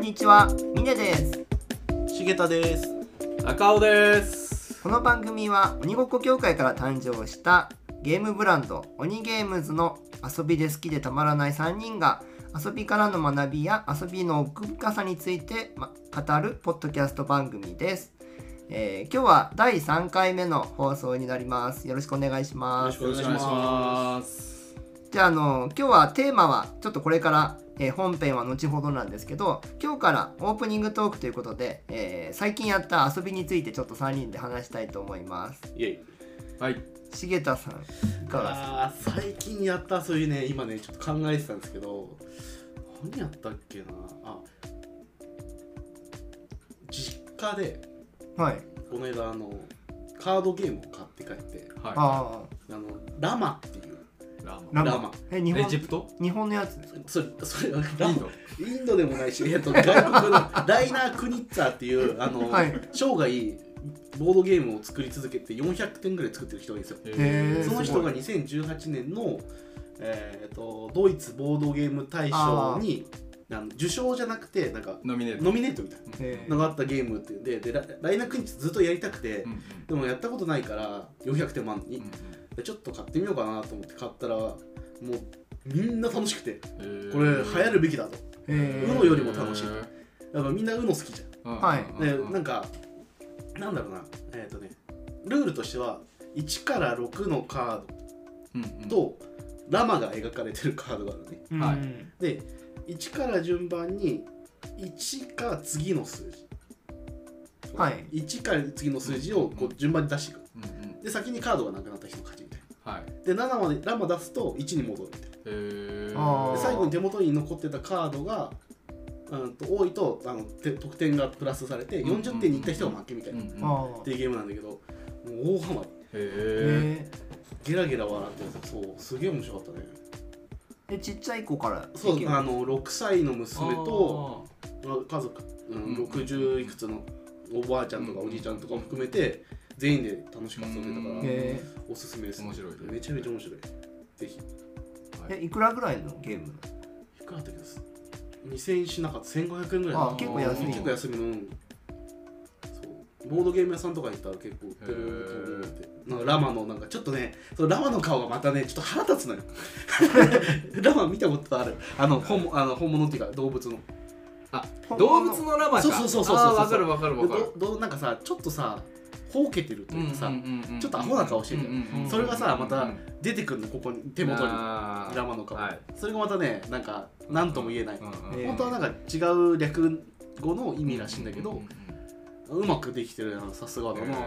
にちは、ミネです。 重田です。 赤尾です。 この番組は鬼ごっこ協会から誕生したゲームブランド鬼ゲームズの遊びで好きでたまらない3人が遊びからの学びや遊びの奥深さについて、語るポッドキャスト番組です。今日は第3回目の放送になります。よろしくお願いします。 よろしくお願いします。 じゃあ、今日はテーマはちょっとこれから、本編は後ほどなんですけど、今日からオープニングトークということで、最近やった遊びについてちょっと3人で話したいと思います。 イエイ。 はい。 重田さんいかがですか？ 最近やった遊びね、今ねちょっと考えてたんですけど、何やったっけな。実家で、 はい、 この間カードゲームを買って帰って、 はい、 ラマっていうラマエジプト？ 日本のやつですか？ それはインドでもないし、外国のライナー・クニッツァーっていうはい、 生涯ボードゲームを作り続けて400点ぐらい作ってる人がいるんですよ。その人が2018年の、ドイツボードゲーム大賞に受賞じゃなくてなんかノミネートみたいなのがあったゲームっていうんで、ライナー・クニッツァーずっとやりたくて、でもやったことないから400点満に、ちょっと買ってみようかなと思って買ったら、もうみんな楽しくて、これ流行るべきだと。UNO よりも楽しい。やっぱみんな UNO 好きじゃん。 はい。 でなんだろうな、ルールとしては1から6のカードとラマが描かれてるカードがあるね。 はい。 で1から順番に1か次の数字。 はい。 1から次の数字をこう順番に出していく。で先にカードがなくなった人の勝ちみたいな。はい。で7までラマ出すと1に戻るみたいな。で最後に手元に残ってたカードが多いと得点がプラスされて40点にいった人が負けみたいなっていうゲームなんだけど、もう大ハマり。ゲラゲラ笑ってそう、すげえ面白かったね。 でちっちゃい子からそう、6歳の娘と家族、60いくつのおばあちゃんとかおじいちゃんとかも含めて全員で楽しく遊んでたからおすすめです。 面白い。 めちゃめちゃ面白い。ぜひ。 いくらぐらいのゲーム？ いくらだったっけです。2000円しなかった。1500円ぐらい。 結構安い。 結構安いの。そう。ボードゲーム屋さんとか行ったら結構売ってると思うので。なんかラマのなんかちょっとね、そのラマの顔がまたねちょっと腹立つのよ。ラマ見たことある。本物っていうか動物の。 動物のラマか。 そう。 わかる。 なんかさ、ちょっとさ、ほうけてるというかさ、ちょっとアホな顔してるじゃん。それがさ、また出てくるの、ここに手元にラマの顔。それがまたね、なんか何とも言えない。本当はなんか違う略語の意味らしいんだけど、うまくできてるな、さすがだなと思って。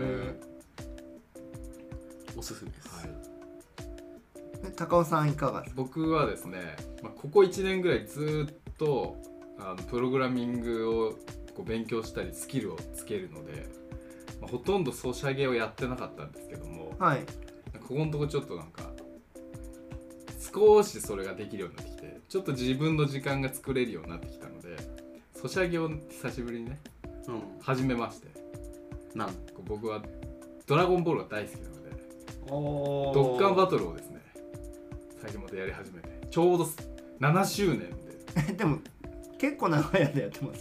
おすすめです。 高尾さんいかがですか？ 僕はですね、ここ1年ぐらいずっとプログラミングをこう勉強したりスキルをつけるので、ほとんどソシャゲをやってなかったんですけども、 はい、 ここのとこちょっとなんか少しそれができるようになってきて、ちょっと自分の時間が作れるようになってきたので、ソシャゲを久しぶりにね、始めまして、僕はドラゴンボールが大好きなので、ドッカンバトルをですね最近またやり始めて、ちょうど7周年ででも結構長い間やってます。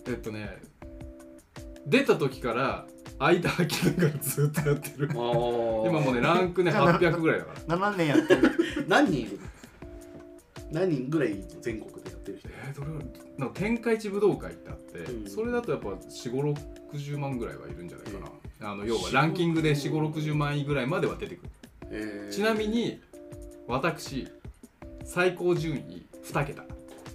出た時から間空きながらずっとやってる。今もねランクね800ぐらいだから 7年やってる。 何人いる？何人ぐらい全国でやってる人？ なんか天下一武道会ってあって、それだとやっぱ4、5、60万ぐらいはいるんじゃないかな。要はランキングで4、5、60万位ぐらいまでは出てくる。ちなみに私最高順位2桁。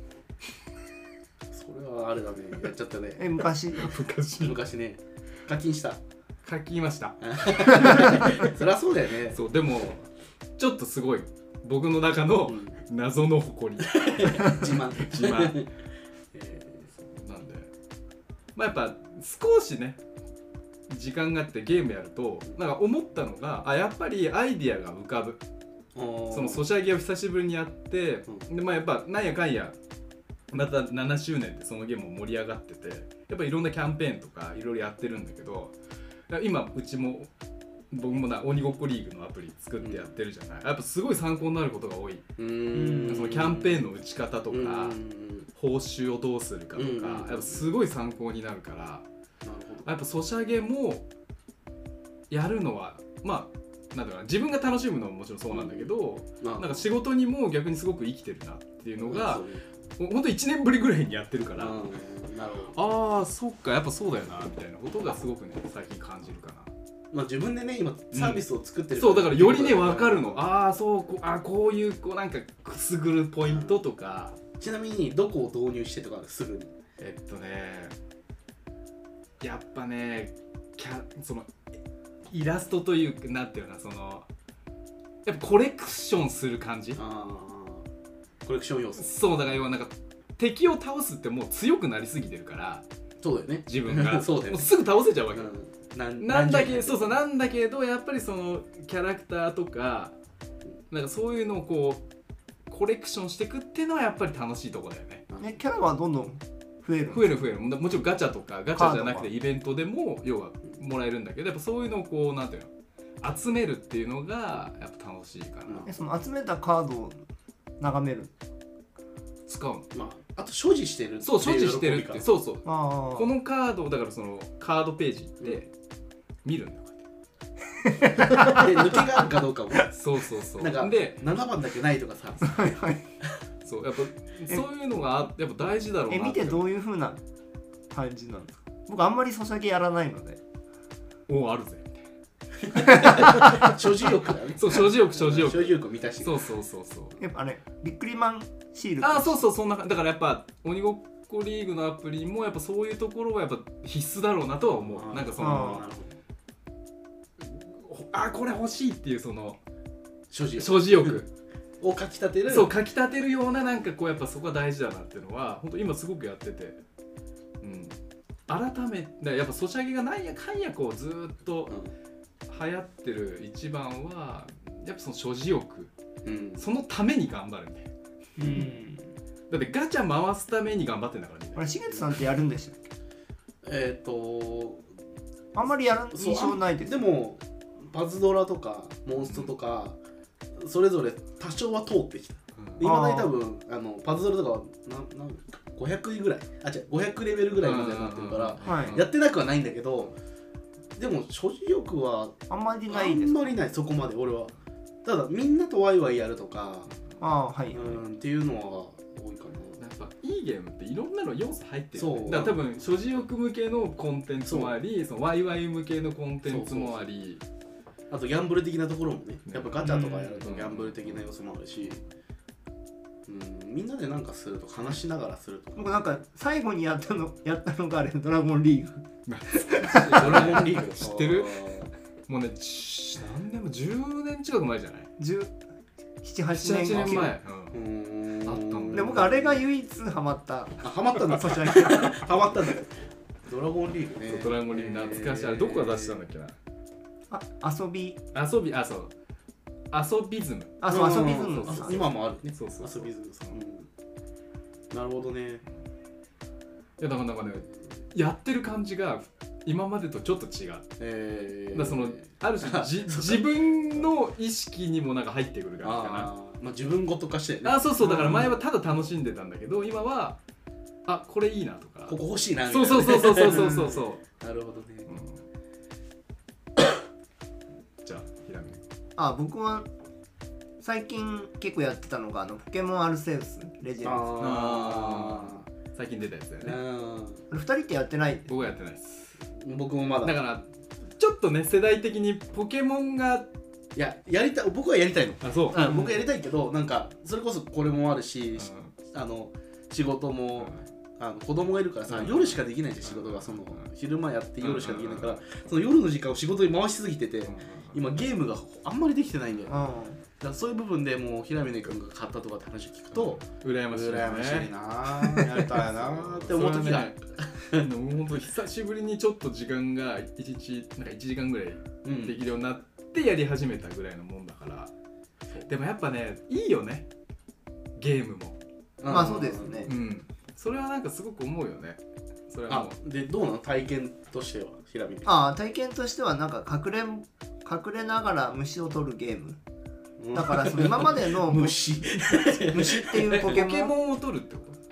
それはあれだね、やっちゃったね。 昔ね、課金した。 課金ました。 そりゃそうだよね。 そう、でもちょっとすごい僕の中の謎の誇り。 自慢。 なんで、やっぱ少しね時間があってゲームやるとなんか思ったのが、やっぱりアイディアが浮かぶ。そのソシャゲを久しぶりにやって、でやっぱなんやかんやまた7周年でそのゲームも盛り上がってて、やっぱいろんなキャンペーンとかいろいろやってるんだけど、今僕も鬼ごっこリーグのアプリ作ってやってるじゃない。やっぱすごい参考になることが多い。そのキャンペーンの打ち方とか報酬をどうするかとか、やっぱすごい参考になるから、やっぱソシャゲもやるのはまあなんだろうな、自分が楽しむのももちろんそうなんだけど、なんか仕事にも逆にすごく生きてるなっていうのが、ほんと1年ぶりぐらいにやってるから、なるほど、ああそっかやっぱそうだよなみたいなことがすごくね最近感じるかな。 まあ自分でね今サービスを作ってる、 そうだからよりね分かるの、ああそうこういうなんかくすぐるポイントとか。 ちなみにどこを導入してとかすぐにやっぱねそのイラストというかなんていうのかな、そのやっぱコレクションする感じ、 コレクション要素。 そうだから要はなんか敵を倒すってもう強くなりすぎてるから、 そうだよね自分がそうだよね、 もうすぐ倒せちゃうわけ、なんだけそうなんだけどやっぱりそのキャラクターとかなんかそういうのをこうコレクションしていくっていうのはやっぱり楽しいところだよね。 キャラはどんどん増えるもちろんガチャとかガチャじゃなくてイベントでも要はもらえるんだけど、やっぱそういうのをこうなんていうの集めるっていうのがやっぱ楽しいかな。 その集めたカードを眺める、 使うの、まあ、あと所持してるっていう、 そう所持してるって、そうそう、 このカードだからそのカードページって見るんだよ、 で抜けがあるかどうかもそうなんかで7番だけないとかさそうやっぱそういうのがやっぱ大事だろうな。 見てどういう風な感じなんですか？僕あんまりソシャゲやらないので。 あるぜ所持欲だね。 そう所持欲所持欲を満たしてそうやっぱビックリマンシール、 そうそんなだからやっぱ鬼ごっこリーグのアプリもやっぱそういうところはやっぱ必須だろうなとは思う。なんかそのこれ欲しいっていうその所持欲をかきたてる、 そうかきたてるようななんかこうやっぱそこは大事だなっていうのは本当今すごくやってて、改めてやっぱソシャゲがなんやかんやこうずーっと流行ってる一番はやっぱその所持欲、そのために頑張るみたいな、だってガチャ回すために頑張ってんだからね。 あれしげつさんってやるんでしたっけ？あんまりやる印象ないです。 でもパズドラとかモンストとか、それぞれ多少は通ってきた。今だに多分パズドラとかは500位ぐらい、500レベルぐらいまでになってるから、やってなくはないんだけど、でも所持欲はあんまりないです。 あんまりない、そこまで俺は。ただみんなとワイワイやるとか、っていうのは多いかな。 やっぱいいゲームっていろんなの要素入ってる、ね、だから多分所持欲向けのコンテンツもあり、そのワイワイ向けのコンテンツもあり、 あとギャンブル的なところもね、やっぱガチャとかやるとギャンブル的な要素もあるし、みんなでなんかすると話しながらするとか。 僕なんか最後にやったのがあれドラゴンリーグ。 ドラゴンリーグ知ってる？もうね何年も10年近く前じゃない？7、8年前、あったんで僕あれが唯一ハマった。 ハマったんだ。ハマったんだよ。ドラゴンリーグね。 ドラゴンリーグ懐かしい。あれどこが出したんだっけな。 遊びズム。 そう遊びズム。 今もあるね。 そう遊びズムさん。なるほどね。 いやだからなんかねやってる感じが今までとちょっと違う。だそのある種自分の意識にもなんか入ってくる感じかな。 まあ自分ごと化して、 ね。そうだから前はただ楽しんでたんだけど今はこれいいなとか。 ここ欲しいなみたいな。 そう。 なるほどね。 じゃあひらめ。 僕は最近結構やってたのがポケモンアルセウスレジェンズ。 最近出たやつだよね。 2人ってやってない？ 僕はやってないです。 僕もまだ。 だからちょっとね世代的にポケモンがやりたい、僕はやりたいの。僕はやりたいけどなんかそれこそこれもあるし、仕事も子供がいるからさ、夜しかできないじゃん仕事が。その昼間やって夜しかできないからその夜の時間を仕事に回しすぎてて今ゲームがあんまりできてないんだよ。だからそういう部分でもう平峰君が買ったとかって話を聞くと羨ましいなやりたいなって思う時がある。 本当久しぶりにちょっと時間が1時間ぐらいできるようになってやり始めたぐらいのもんだから、でもやっぱねいいよねゲームも。 まあそうですね。 それはなんかすごく思うよね。それはもうでどうなの体験としては平峰。 体験としてはなんか隠れながら虫を取るゲーム。だからその今までの虫っていうポケモンを取るってこと？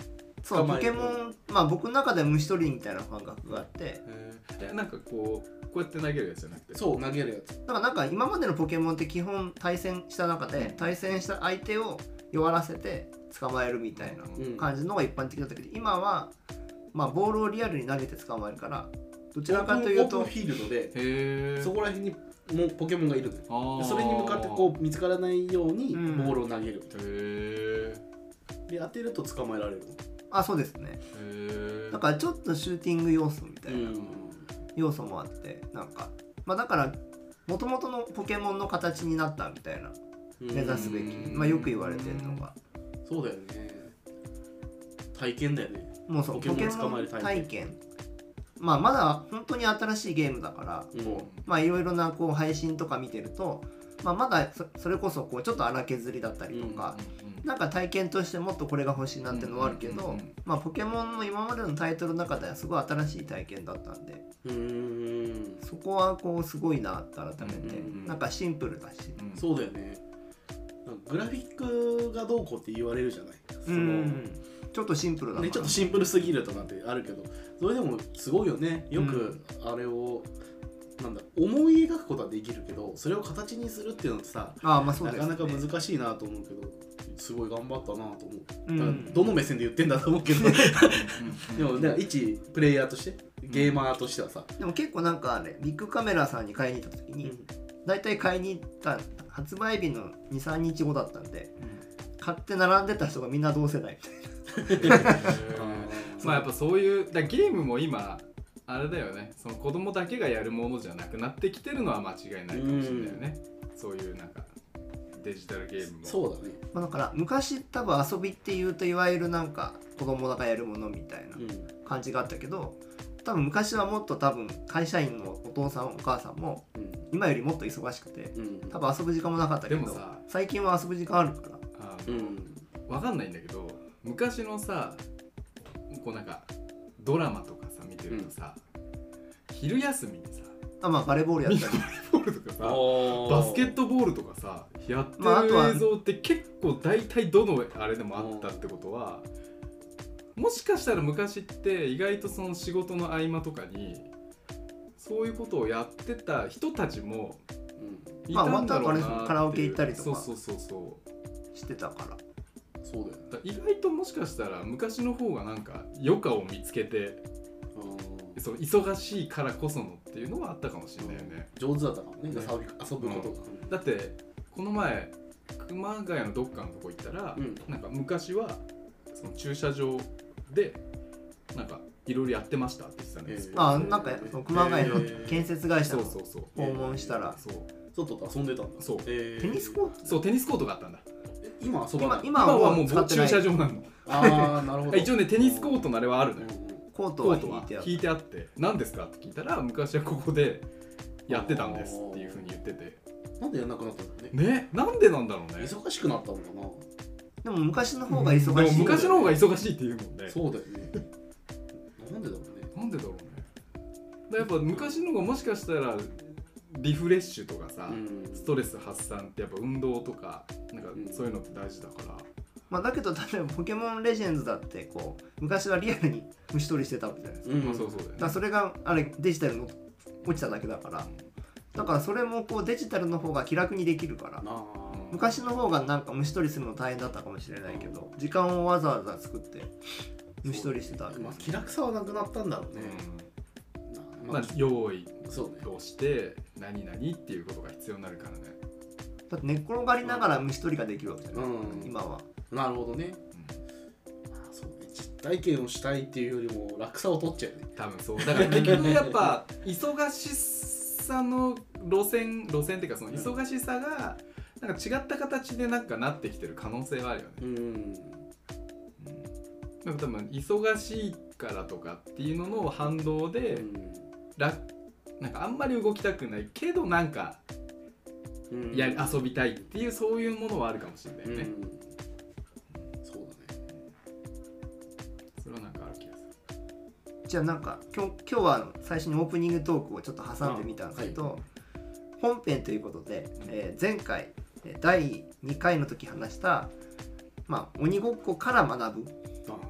そうポケモンまあ僕の中では虫取りみたいな感覚があって、 なんかこうやって投げるやつじゃなくて、 そう投げるやつだからなんか今までのポケモンって基本対戦した中で対戦した相手を弱らせて捕まえるみたいな感じのが一般的だったけど、今はまあボールをリアルに投げて捕まえるからどちらかというとオープンフィールドでそこら辺にもうポケモンがいるのよ。それに向かってこう見つからないようにボールを投げるみたいな、で当てると捕まえられるの。 あ、そうですね。だからちょっとシューティング要素みたいな要素もあって、なんかまあだからもともとのポケモンの形になったみたいな目指すべき、まあよく言われてるのが。 そうだよね。体験だよね。 もうそうポケモン体験。まあまだ本当に新しいゲームだから、こうまあいろいろなこう配信とか見てると、まあまだそれこそこうちょっと荒削りだったりとか、なんか体験としてもっとこれが欲しいなってのはあるけど、まあポケモンの今までのタイトルの中ではすごい新しい体験だったんで、そこはこうすごいなって改めて、なんかシンプルだし、 そうだよね。グラフィックがどうこうって言われるじゃない。 ちょっとシンプルだからね、ちょっとシンプルすぎるとかってあるけど、それでもすごいよね。よくあれを、なんだ思い描くことはできるけど、それを形にするっていうのってさ、 まあそうですね、 なかなか難しいなと思うけど、すごい頑張ったなと思う。どの目線で言ってんだと思うけどでもね、一プレイヤーとしてゲーマーとしてはさ、 でも結構なんかね、ビッグカメラさんに買いに行った時に、だいたい買いに行った発売日の 2,3 日後だったんで、買って並んでた人がみんな同世代みたいなまあやっぱそういうゲームも今あれだよね、その子供だけがやるものじゃなくなってきてるのは間違いないかもしれないよね。そういうなんかデジタルゲームもそうだね。 まあだから昔多分遊びっていうといわゆるなんか子供がやるものみたいな感じがあったけど、多分昔はもっと多分会社員のお父さんお母さんも今よりもっと忙しくて、多分遊ぶ時間もなかったけど、最近は遊ぶ時間あるから、 分かんないんだけど、昔のさこうなんかドラマとかさ見てるとさ、昼休みにさ、 まあバレーボールやったりボールとかさ、バスケットボールとかさやってる映像って結構大体どのあれでもあったってことは、もしかしたら昔って意外とその仕事の合間とかにそういうことをやってた人たちもいたんだろうなって、 カラオケ行ったりとかしてたから。 そうだよ。 意外ともしかしたら昔の方がなんか余暇を見つけて、その忙しいからこそのっていうのはあったかもしれないよね。 上手だったかもね、遊ぶことが。だってこの前熊谷のどっかのとこ行ったら、なんか昔はその駐車場でなんかいろいろやってましたって言ってたんですよ。 なんか熊谷の建設会社を訪問したら、 外と遊んでたんだ。 テニスコート、 そうテニスコートがあったんだ。 今はもう駐車場なの。 なるほど。 一応ねテニスコートのあれはあるのよ。 コートは引いてあって、何ですかって聞いたら、昔はここでやってたんですっていう風に言ってて、 なんでやんなくなったんだろうね。ね、なんでなんだろうね。 忙しくなったのかな。 でも昔の方が忙しい。 でも昔の方が忙しいって言うもんね。 そうだよね。なんでだろうね。 なんでだろうね。だやっぱ昔の方がもしかしたらリフレッシュとかさ、ストレス発散ってやっぱ運動とかなんかそういうのって大事だから。 まあだけど例えばポケモンレジェンズだってこう昔はリアルに虫取りしてたわけじゃないですか。 そうだよね。 だからそれがあれデジタルの落ちただけだから、だからそれもこうデジタルの方が気楽にできるから、昔の方がなんか虫取りするの大変だったかもしれないけど、時間をわざわざ作って虫取りしてたわけです。 気楽さはなくなったんだろうね。 まあ用意をして何々っていうことが必要になるからね。 だって寝っ転がりながら虫取りができるわけじゃない、今は。 なるほどね。そうね、実体験をしたいっていうよりも楽さを取っちゃうね。 多分そう。だから結局やっぱ忙しさの路線っていうかその忙しさがなんか違った形でなんかなってきてる可能性はあるよね。なんか多分忙しいからとかっていうのの反動で、なんかあんまり動きたくないけどなんか遊びたいっていうそういうものはあるかもしれないよね。 そうだね。 それはなんかある気がする。 じゃあなんか今日は最初にオープニングトークをちょっと挟んでみたんですけど、本編ということで、前回第2回の時話した、鬼ごっこから学ぶ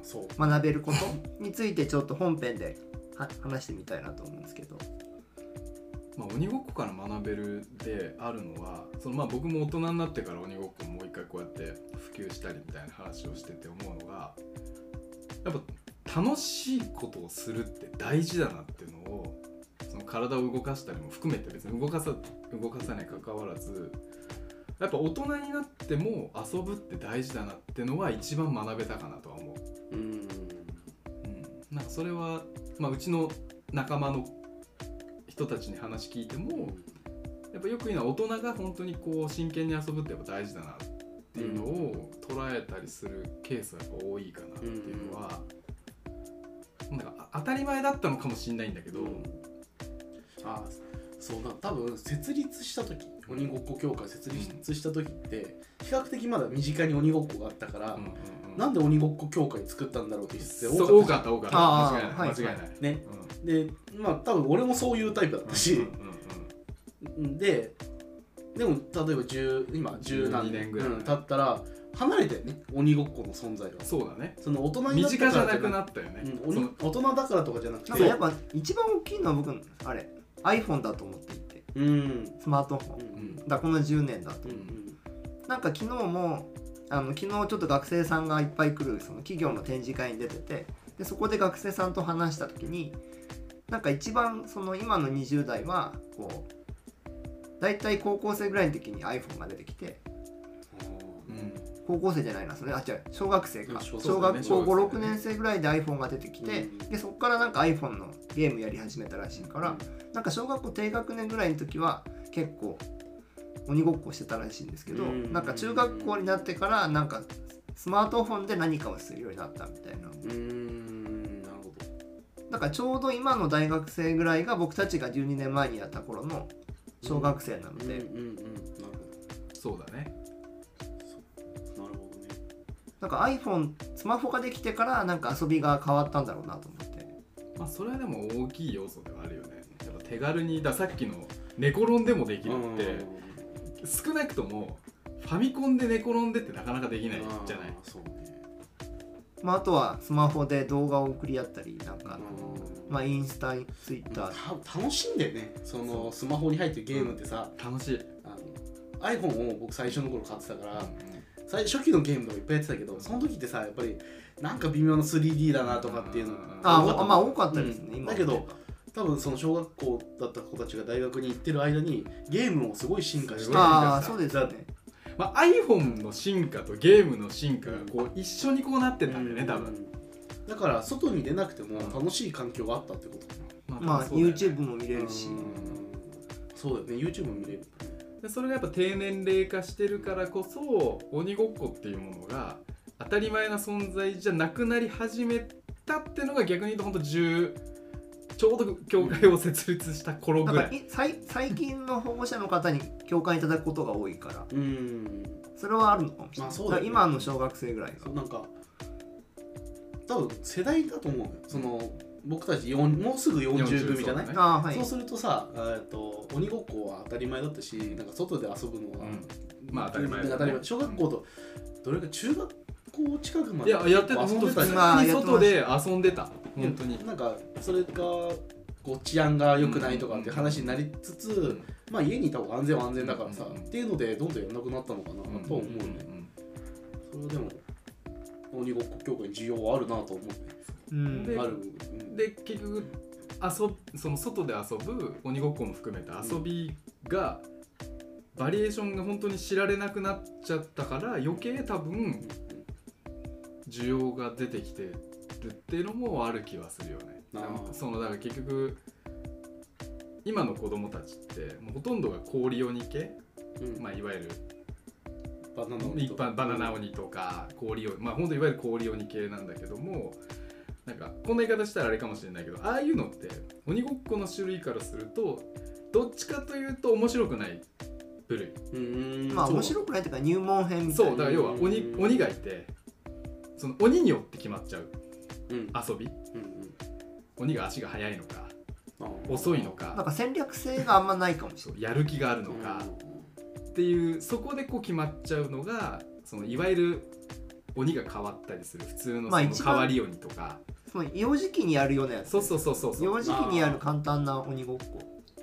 学べることについてちょっと本編で話してみたいなと思うんですけど、 鬼ごっこから学べるであるのは僕も大人になってから鬼ごっこもう一回こうやって普及したりみたいな話をしてて思うのが、やっぱ楽しいことをするって大事だなっていうのを、その体を動かしたりも含めて、別に動かさないかかわらず、やっぱ大人になっても遊ぶって大事だなっていうのは一番学べたかなとは思う。なんかそれは、うちの仲間の人たちに話聞いても、やっぱよく言うのは大人が本当にこう真剣に遊ぶってやっぱ大事だなっていうのを捉えたりするケースがやっぱ多いかなっていうのは、なんか当たり前だったのかもしれないんだけど、 そうだ、多分設立した時、鬼ごっこ協会設立した時って比較的まだ身近に鬼ごっこがあったから、なんで鬼ごっこ協会作ったんだろうって人って多かった間違いないね。で多分俺もそういうタイプだったし、でも例えば今10何年ぐらい経ったら離れてね、鬼ごっこの存在が。 そうだね。 その大人になったから身近じゃなくなったよね。 大人だからとかじゃなくて、 なんかやっぱ一番大きいのは僕あれ iPhone だと思っていて、スマートフォン、だこの10年だと、なんか昨日も昨日ちょっと学生さんがいっぱい来るその企業の展示会に出てて、でそこで学生さんと話した時に、なんか一番その今の20代はこうだいたい高校生ぐらいの時に iPhone が出てきて、高校生じゃないな、それ違う、小学生か、小学校 5,6 年生ぐらいで iPhone が出てきて、でそこからなんか iPhone のゲームやり始めたらしいから、なんか小学校低学年ぐらいの時は結構鬼ごっこしてたらしいんですけど、なんか中学校になってからなんかスマートフォンで何かをするようになったみたいな。 なるほど。 だからちょうど今の大学生ぐらいが僕たちが12年前にやった頃の小学生なので、 そうだね。 なるほどね。 なんか iPhone スマホができてからなんか遊びが変わったんだろうなと思って。 それはでも大きい要素ではあるよね。やっぱ手軽にさっきの寝転んでもできるって、少なくともファミコンで寝転んでってなかなかできないじゃない。 そうね。 あとはスマホで動画を送り合ったり、なんかインスタ、ツイッター楽しいんだよね。そのスマホに入ってるゲームってさ、 楽しい。 iPhone を僕最初の頃買ってたから、初期のゲームとかいっぱいやってたけど、その時ってさ、やっぱりなんか微妙な 3D だなとかっていうのが多かったですね。 だけど多分その小学校だった子たちが大学に行ってる間にゲームもすごい進化して、 そうですね。 iPhone の進化とゲームの進化がこう一緒にこうなってたんだよね、多分。 だから外に出なくても楽しい環境があったってことかな。 YouTube も見れるし、 そうだよね、 YouTube も見れる。 でそれがやっぱ低年齢化してるからこそ、鬼ごっこっていうものが当たり前な存在じゃなくなり始めたっていうのが、逆に言うと本当ちょうど協会を設立した頃ぐらい。 最近の保護者の方に共感いただくことが多いから、それはあるのかもしれない。そうだね、今の小学生ぐらいがなんか多分世代だと思うよ。その僕たちもうすぐ40組じゃない？そうするとさ、鬼ごっこは当たり前だったし、なんか外で遊ぶのは、 当たり前だね。小学校とどれか中学校近くまでやってた。本当普通に外で遊んでた。本当になんかそれが治安が良くないとかっていう話になりつつ、家にいた方が安全は安全だからさ、っていうのでどんどんやらなくなったのかなと思うね。それでも鬼ごっこ協会に需要はあるなと思うね。 で結局その外で遊ぶ鬼ごっこも含めた遊びが、バリエーションが本当に知られなくなっちゃったから、余計多分需要が出てきてるっていうのもある気はするよね。だから結局今の子供たちってもうほとんどが氷鬼系、いわゆるバナナ鬼とか氷鬼、本当いわゆる氷鬼系なんだけども、なんかこんな言い方したらあれかもしれないけど、ああいうのって鬼ごっこの種類からするとどっちかというと面白くない部類。 面白くないというか入門編みたいな。 そうだから要は鬼がいて、その鬼によって決まっちゃう遊び、鬼が足が速いのか遅いのか、 なんか戦略性があんまないかもしれない。 やる気があるのかっていう、そこでこう決まっちゃうのが、そのいわゆる鬼が変わったりする普通のその変わり鬼とか、 その幼児期にやるようなやつ。 そう幼児期にやる簡単な鬼ごっこ。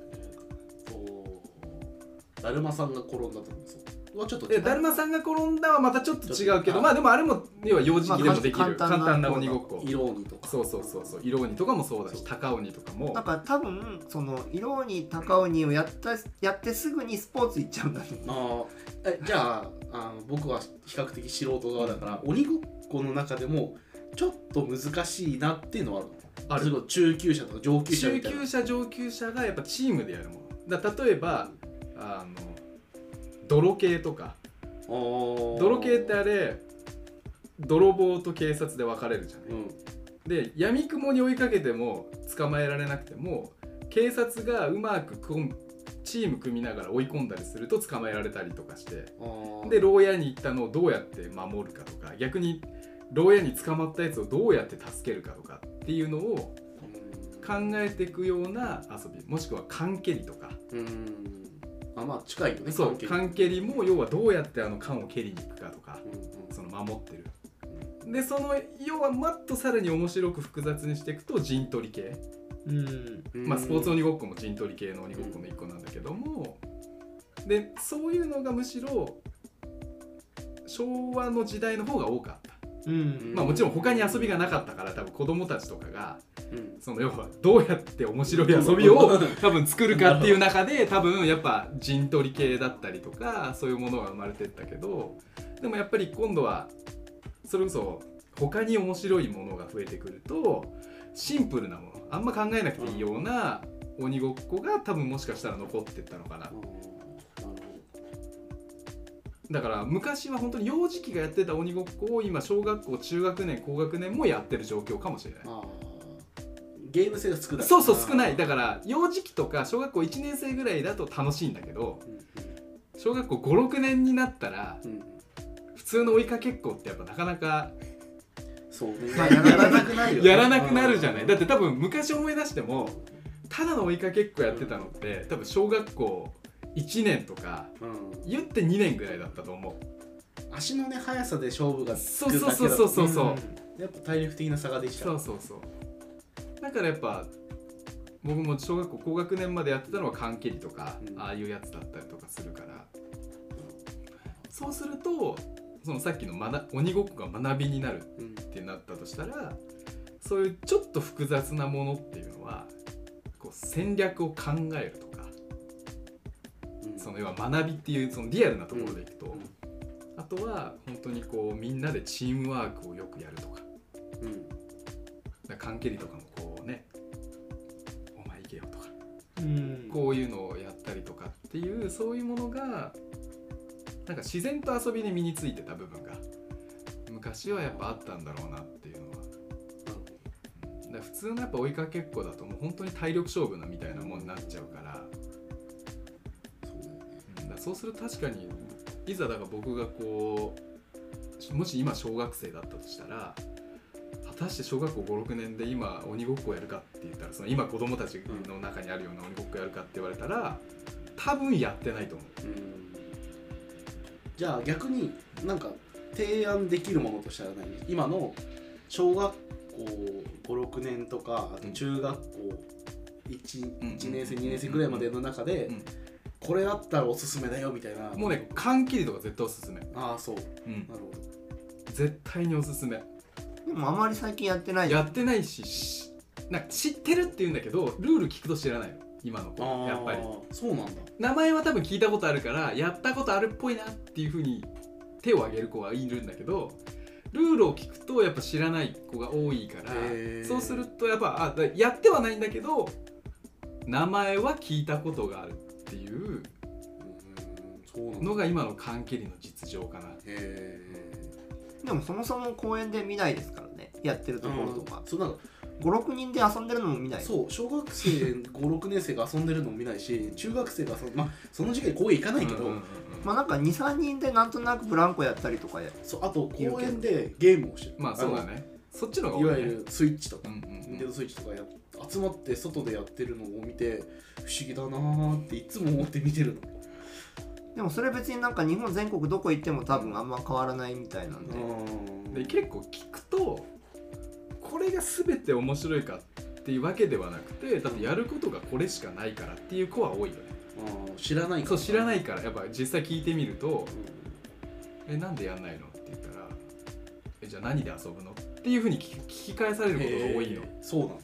だるまさんが転んだと思うんですよ。ちょっとだるまさんが転んだはまたちょっと違うけど、まあでもあれも要は幼児期でもできる簡単な鬼ごっこ。 色鬼とか。 そう色鬼とかもそうだし、高鬼とかも。 だから多分その色鬼高鬼をやってすぐにスポーツ行っちゃうんだね。 じゃあ僕は比較的素人側だから、鬼ごっこの中でもちょっと難しいなっていうのはある。中級者とか上級者みたいな。 中級者上級者がやっぱチームでやるものだ。例えば泥系とか。泥系ってあれ泥棒と警察で分かれるじゃない、で闇雲に追いかけても捕まえられなくても警察がうまくチーム組みながら追い込んだりすると捕まえられたりとかして、で牢屋に行ったのをどうやって守るかとか、逆に牢屋に捕まったやつをどうやって助けるかとかっていうのを考えていくような遊び、もしくは缶蹴りとか。 まあ近いよね。 そう缶蹴りも要はどうやって缶を蹴りに行くかとか、その守ってる。でその要はもっとさらに面白く複雑にしていくと陣取り系。まあスポーツ鬼ごっこも陣取り系の鬼ごっこの一個なんだけども、でそういうのがむしろ昭和の時代の方が多かった。まあもちろん他に遊びがなかったから多分子供たちとかが、その要はどうやって面白い遊びを多分作るかっていう中で多分やっぱ陣取り系だったりとかそういうものが生まれてったけど、でもやっぱり今度はそれこそ他に面白いものが増えてくるとシンプルなもの、あんま考えなくていいような鬼ごっこが多分もしかしたら残ってったのかな。だから昔は本当に幼児期がやってた鬼ごっこを今小学校中学年高学年もやってる状況かもしれない。 ゲーム性が少ない。 そう少ない。だから幼児期とか小学校1年生ぐらいだと楽しいんだけど、小学校5、6年になったら、普通の追いかけっこってやっぱなかなかそうね、 やらなくなるよね。やらなくなるじゃない。だって多分昔思い出してもただの追いかけっこやってたのって多分小学校1年とか、言って2年ぐらいだったと思う。 足のね速さで勝負がつくだけだと。 そうやっぱ体力的な差ができちゃう。 そうだからやっぱ僕も小学校高学年までやってたのは缶蹴りとか、ああいうやつだったりとかするから、そうするとそのさっきの鬼ごっこが学びになるってなったとしたら、そういうちょっと複雑なものっていうのはこう戦略を考えるとか、その要は学びっていうそのリアルなところでいくと、あとは本当にこうみんなでチームワークをよくやるとか、缶蹴りとかもこうね、お前行けよとか、こういうのをやったりとかっていうそういうものがなんか自然と遊びに身についてた部分が昔はやっぱあったんだろうなっていうのは、だから普通のやっぱ追いかけっこだともう本当に体力勝負なみたいなもんになっちゃうから、そうすると確かにいざだから僕がこうもし今小学生だったとしたら、果たして小学校5、6年で今鬼ごっこやるかって言ったら、その今子供たちの中にあるような鬼ごっこやるかって言われたら多分やってないと思う。 じゃあ逆になんか提案できるものとしたら何？今の小学校5、6年とかあと中学校 1年生2年生ぐらいまでの中でこれあったらおすすめだよみたいな。 もうね、缶切りとか絶対おすすめ。 ああそう、なるほど。絶対におすすめ。 でもあまり最近やってない。 やってないし、なんか知ってるって言うんだけどルール聞くと知らないの今の子。やっぱりそうなんだ。 名前は多分聞いたことあるからやったことあるっぽいなっていう風に手を挙げる子はいるんだけど、ルールを聞くとやっぱ知らない子が多いから、そうするとやっぱやってはないんだけど名前は聞いたことがあるっていうのが今の缶蹴りの実情かな。 でもそもそも公園で見ないですからね、やってるところとか。 そうなんか 5、6人で遊んでるのも見ない。 そう、小学生5、6年生が遊んでるのも見ないし、中学生がまあその時期公園行かないけど、 まあなんか 2、3人でなんとなくブランコやったりとかそう、あと公園でゲームをしてる。 まあそうだね、そっちの方がいわゆるスイッチとか、ニンテンドスイッチとか集まって外でやってるのを見て不思議だなーっていつも思って見てるの。 でもそれ別になんか日本全国どこ行っても多分あんま変わらないみたいなんで、 で結構聞くとこれが全て面白いかっていうわけではなくて、だってやることがこれしかないからっていう子は多いよね。 知らないから。 そう知らないからやっぱ実際聞いてみると、なんでやんないのって言ったらじゃあ何で遊ぶのっていうふうに聞き返されることが多いの。 そうなんだ。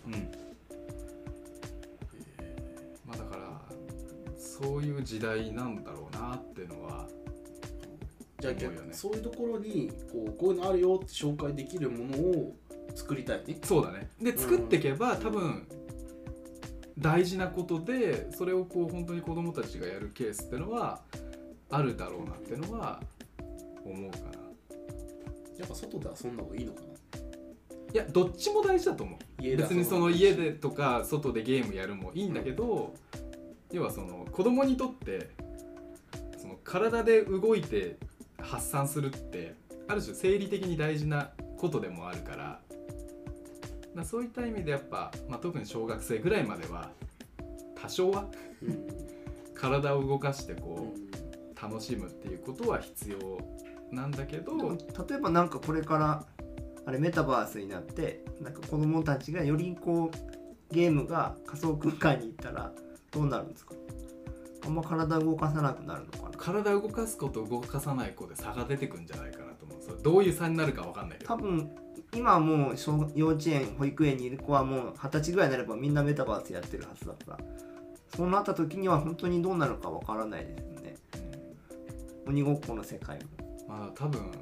まあだからそういう時代なんだろうなっていうのはじゃあそういうところにこういうのあるよって紹介できるものを作りたいね。 そうだね。で作っていけば多分大事なことで、それをこう本当に子どもたちがやるケースっていうのはあるだろうなっていうのは思うかな。 やっぱ外で遊んだ方がいいのかな。 いやどっちも大事だと思う。別にその家でとか外でゲームやるもいいんだけど、要はその子供にとってその体で動いて発散するってある種生理的に大事なことでもあるから、そういった意味でやっぱ、特に小学生ぐらいまでは多少は、体を動かしてこう、楽しむっていうことは必要なんだけど、 例えばなんかこれからあれメタバースになってなんか子供たちがよりこうゲームが仮想空間に行ったらどうなるんですか。あんま体動かさなくなるのかな。 体を動かす子と動かさない子で差が出てくるんじゃないかなと思う。それどういう差になるか分かんないけど、 多分今はもう幼稚園保育園にいる子はもう20歳ぐらいになればみんなメタバースやってるはずだから、そうなった時には本当にどうなるか分からないですよね、鬼ごっこの世界も。 多分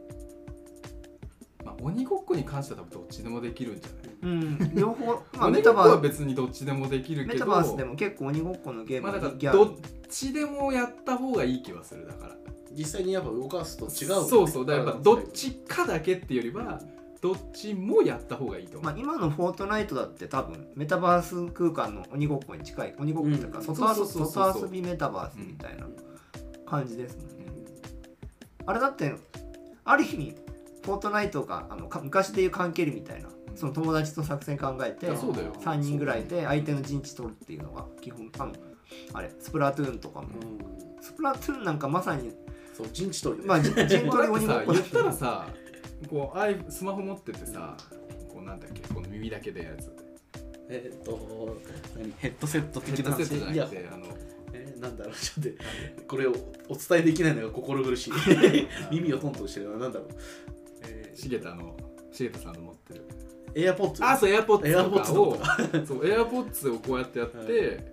鬼ごっこに関しては多分どっちでもできるんじゃない。 両方鬼ごっこは別にどっちでもできるけど、 メタバースでも結構鬼ごっこのゲームだからどっちでもやった方がいい気はする。だから実際にやっぱ動かすと違う、ね、 そうだからやっぱどっちかだけっていうよりはどっちもやった方がいいと思う。 今のフォートナイトだって多分メタバース空間の鬼ごっこに近い、鬼ごっことか外遊びメタバースみたいな感じですもんね。あれだってある意味フォートナイトが昔でいう関係みたいな、その友達と作戦考えて3人ぐらいで相手の陣地取るっていうのが基本。あれスプラトゥーンとかも、スプラトゥーンなんかまさにそう陣地取り、 陣地取り鬼ごっこ言ったらさ、こうスマホ持っててさ、こうなんだっけ、この耳だけでやつ、 ヘッドセット的な話じゃなくてなんだろう、ちょっとこれをお伝えできないのが心苦しい耳をトントンしてるのはなんだろう、 シゲタさんの持ってるエアポッツ、 そうエアポッツをそうエアポッツをこうやってやって、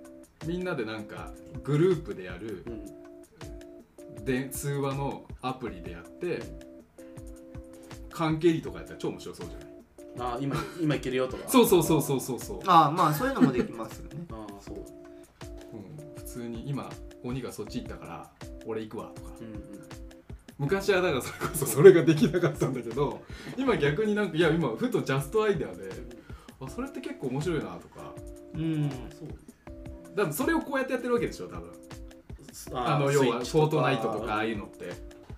みんなでなんかグループでやる、で通話のアプリでやって関係とかやったら超面白そうじゃない。 今いけるよとかそうそうそういうのもできますよねそう、 普通に今鬼がそっち行ったから俺行くわとか、昔はだからそれこそそれができなかったんだけど、今逆になんか今ふとジャストアイデアでそれって結構面白いなとか、 そうだからそれをこうやってやってるわけでしょ多分。要はフォートナイトとかああいうのって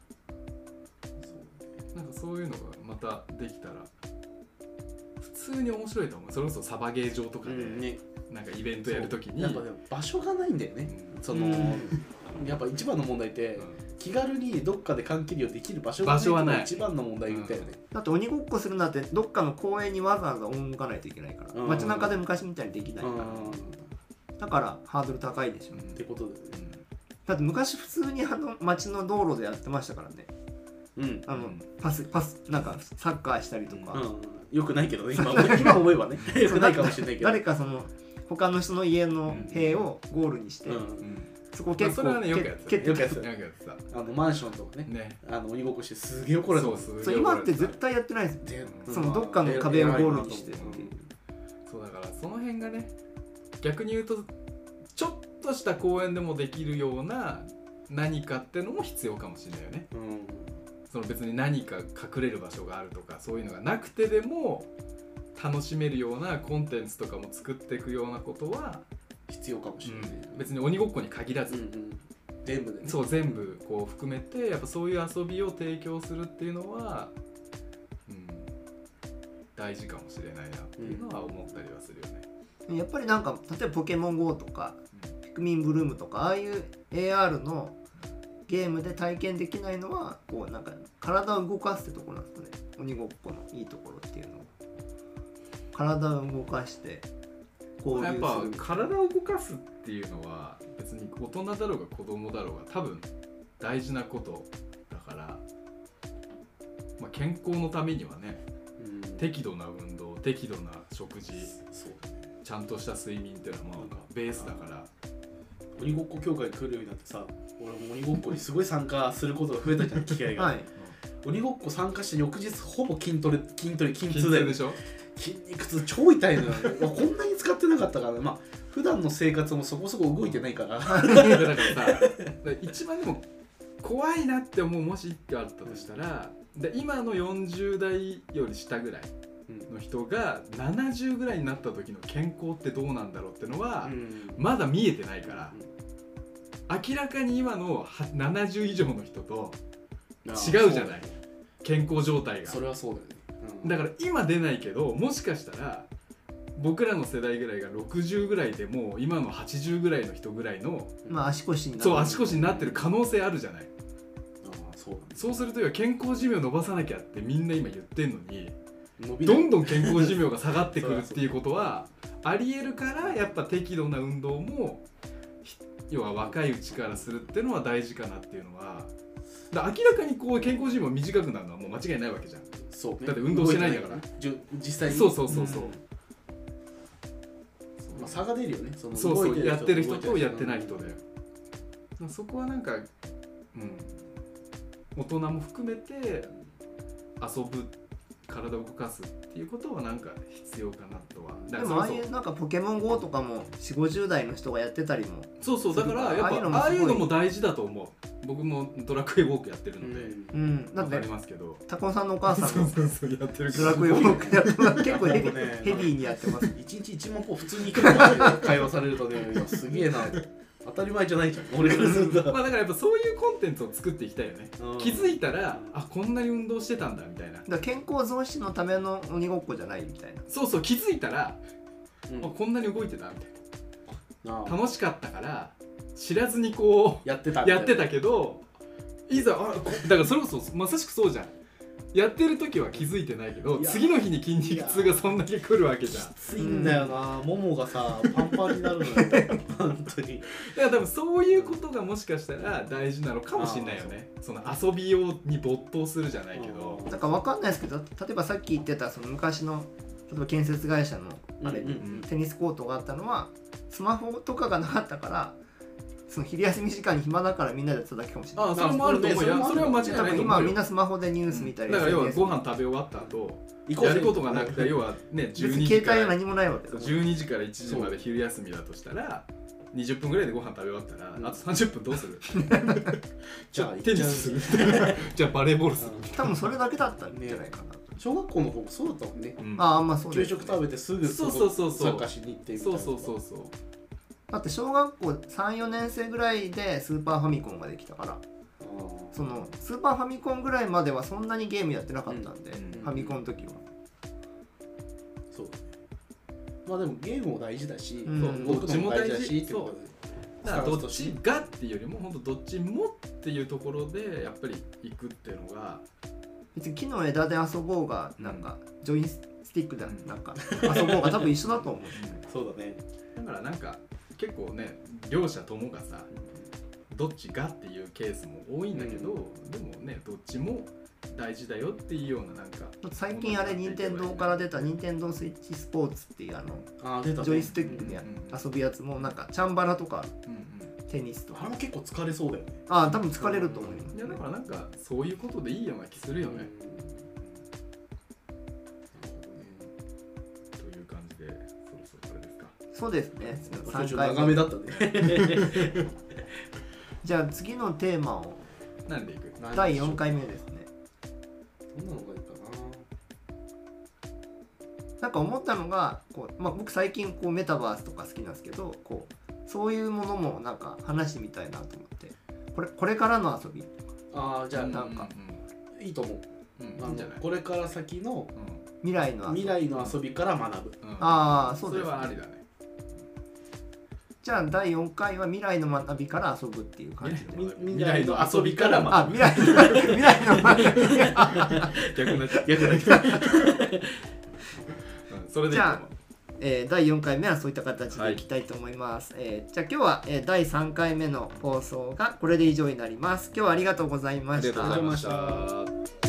なんかそういうのがまたできたら普通に面白いと思う。それこそサバゲー場とかでなんかイベントやるときに、 やっぱ場所がないんだよね、やっぱ一番の問題って、気軽にどっかで関係をできる場所がない。一番の問題みたいよね。 だって鬼ごっこするなんてどっかの公園にわざわざ赴かないといけないから、街中で昔みたいにできないから、だからハードル高いでしょ、 ってことで、 だって昔普通に街の道路でやってましたからね。パスなんかサッカーしたりとか、 よくないけどね、今思えばねよくないかもしれないけど、 誰かその他の人の家の塀をゴールにして、そこ結構、 それはねよくやってた。マンションとかね、鬼ごっこしてすげえ怒られた。 そう今って絶対やってないですよ、そのどっかの壁をゴールにしてっていう。 そうだからその辺がね、逆に言うとちょっとした公園でもできるような何かってのも必要かもしれないよね。その別に何か隠れる場所があるとかそういうのがなくてでも楽しめるようなコンテンツとかも作っていくようなことは必要かもしれない、 別に鬼ごっこに限らず、 全部でね、 そう全部こう含めてやっぱそういう遊びを提供するっていうのは、大事かもしれないなっていうのは思ったりはするよね。 やっぱりなんか例えばポケモン GO とか、ピクミンブルームとかああいう AR のゲームで体験できないのはこうなんか体を動かすってところなんですよね。鬼ごっこのいいところっていうのを体を動かして交流する。 やっぱ体を動かすっていうのは別に大人だろうが子供だろうが多分大事なことだから、まあ、健康のためにはね、適度な運動、適度な食事、ちゃんとした睡眠っていうのはまあベースだから。 鬼ごっこ協会に来るようになってさ、俺も鬼ごっこにすごい参加することが増えたじゃん、機会が。はい、鬼ごっこ参加して翌日ほぼ筋痛でしょ。 筋肉痛超痛いのよ。こんなに使ってなかったから、まあ普段の生活もそこそこ動いてないから。だからさ、 一番でも怖いなって思うもし一個あったとしたら、で今の40代より下ぐらいの人が70ぐらいになった時の健康ってどうなんだろうってのはまだ見えてないから、明らかに今の70以上の人と違うじゃない、健康状態が。 それはそうだよね。 だから今出ないけど、もしかしたら僕らの世代ぐらいが60ぐらいでもう今の80ぐらいの人ぐらいの、 まあ足腰になってる、 そう足腰になってる可能性あるじゃない。そうすると健康寿命伸ばさなきゃってみんな今言ってんのに、どんどん健康寿命が下がってくるっていうことはありえるから、やっぱ適度な運動も要は若いうちからするっていうのは大事かなっていうのは。だ明らかにこう健康寿命短くなるのはもう間違いないわけじゃん。 そう、ね、 だって運動してないんだから、 実際に。 そう、 まあ、差が出るよね。 そうやってる人とやってない人で、そこはなんか、大人も含めて遊ぶ、体を動かすっていうことはなんか必要かなとは。 でもああいうなんかポケモン GO とかも4、50代の人がやってたりも。 そうだからやっぱああいうのも大事だと思う。僕もドラクエウォークやってるので分かりますけど、 タコさんのお母さんもやってるドラクエウォークやってます。結構ヘビーにやってます。 1日1万歩普通に行くのかって会話されるとね、すげえな、当たり前じゃないじゃん俺からすると。 まあだからやっぱそういうコンテンツを作っていきたいよね。気づいたらこんなに運動してたんだみたいな。だから健康増進のための鬼ごっこじゃないみたいな。 そう気づいたら、こんなに動いてたみたいな。楽しかったから知らずにこうやってたけど、いざだからそれこそまさしくそうじゃん。やってる時は気づいてないけど、次の日に筋肉痛がそんだけ来るわけじゃん。 きついんだよな、ももがさパンパンになるのよ本当に。 だから多分そういうことがもしかしたら大事なのかもしれないよね。その遊びに没頭するじゃないけど、 なんか分かんないですけど、例えばさっき言ってたその昔の例えば建設会社のあれ、テニスコートがあったのはスマホとかがなかったから、その昼休み時間に暇だからみんなでやっただけかもしれない。 それもあると思うよ。それは間違いないと思うよ。 今はみんなスマホでニュース見たり、 だから要はご飯食べ終わった後やることがなくて、要はね12時から何もないわけだ。 12時から1時まで昼休みだとしたら20分ぐらいでご飯食べ終わったら、あと30分どうする？じゃあテニスする？じゃあバレーボールする？ 多分それだけだったんじゃないかな。 小学校の方もそうだったもんね。 まあそう給食食べてすぐサッカーしに行ってみたいな。 そうだって小学校 3,4 年生ぐらいでスーパーファミコンができたから、そのスーパーファミコンぐらいまではそんなにゲームやってなかったんで、ファミコンの時は。 そう。まあでもゲームも大事だし、 どっちも大事だしってことで。だからどっちがっていうよりも本当どっちもっていうところでやっぱり行くっていうのが、 別に木の枝で遊ぼうがなんかジョイスティックでなんか遊ぼうが多分一緒だと思う。 そうだね。 だからなんか結構ね両者ともがさどっちがっていうケースも多いんだけど、でもねどっちも大事だよっていうようななんか最近あれ任天堂から出た任天堂スイッチスポーツっていうジョイスティックで遊ぶやつもなんかチャンバラとかテニスとか、 あれも結構疲れそうだよね。 多分疲れると思うよ。 いやだからなんかそういうことでいいような気するよね。という感じでそろそろあれですか。 そうですね。 3回長めだったね。 じゃあ次のテーマを何でいく？ 第4回目ですね。 どんなのがいいかな。 なんか思ったのが僕最近メタバースとか好きなんですけど、そういうものもなんか話してみたいなと思って、これからの遊び。 じゃあなんかいいと思う。これから先の未来の遊びから学ぶ。 そうですね。 それはありだね。 じゃあ第4回は未来の学びから遊ぶっていう感じで。 未来の遊びからあ、未来の学び。 逆になっちゃう。 逆になっちゃう。 それでいいと思う。 じゃあ第4回目はそういった形でいきたいと思います。じゃあ今日は第3回目の放送がこれで以上になります。今日はありがとうございました。 ありがとうございました。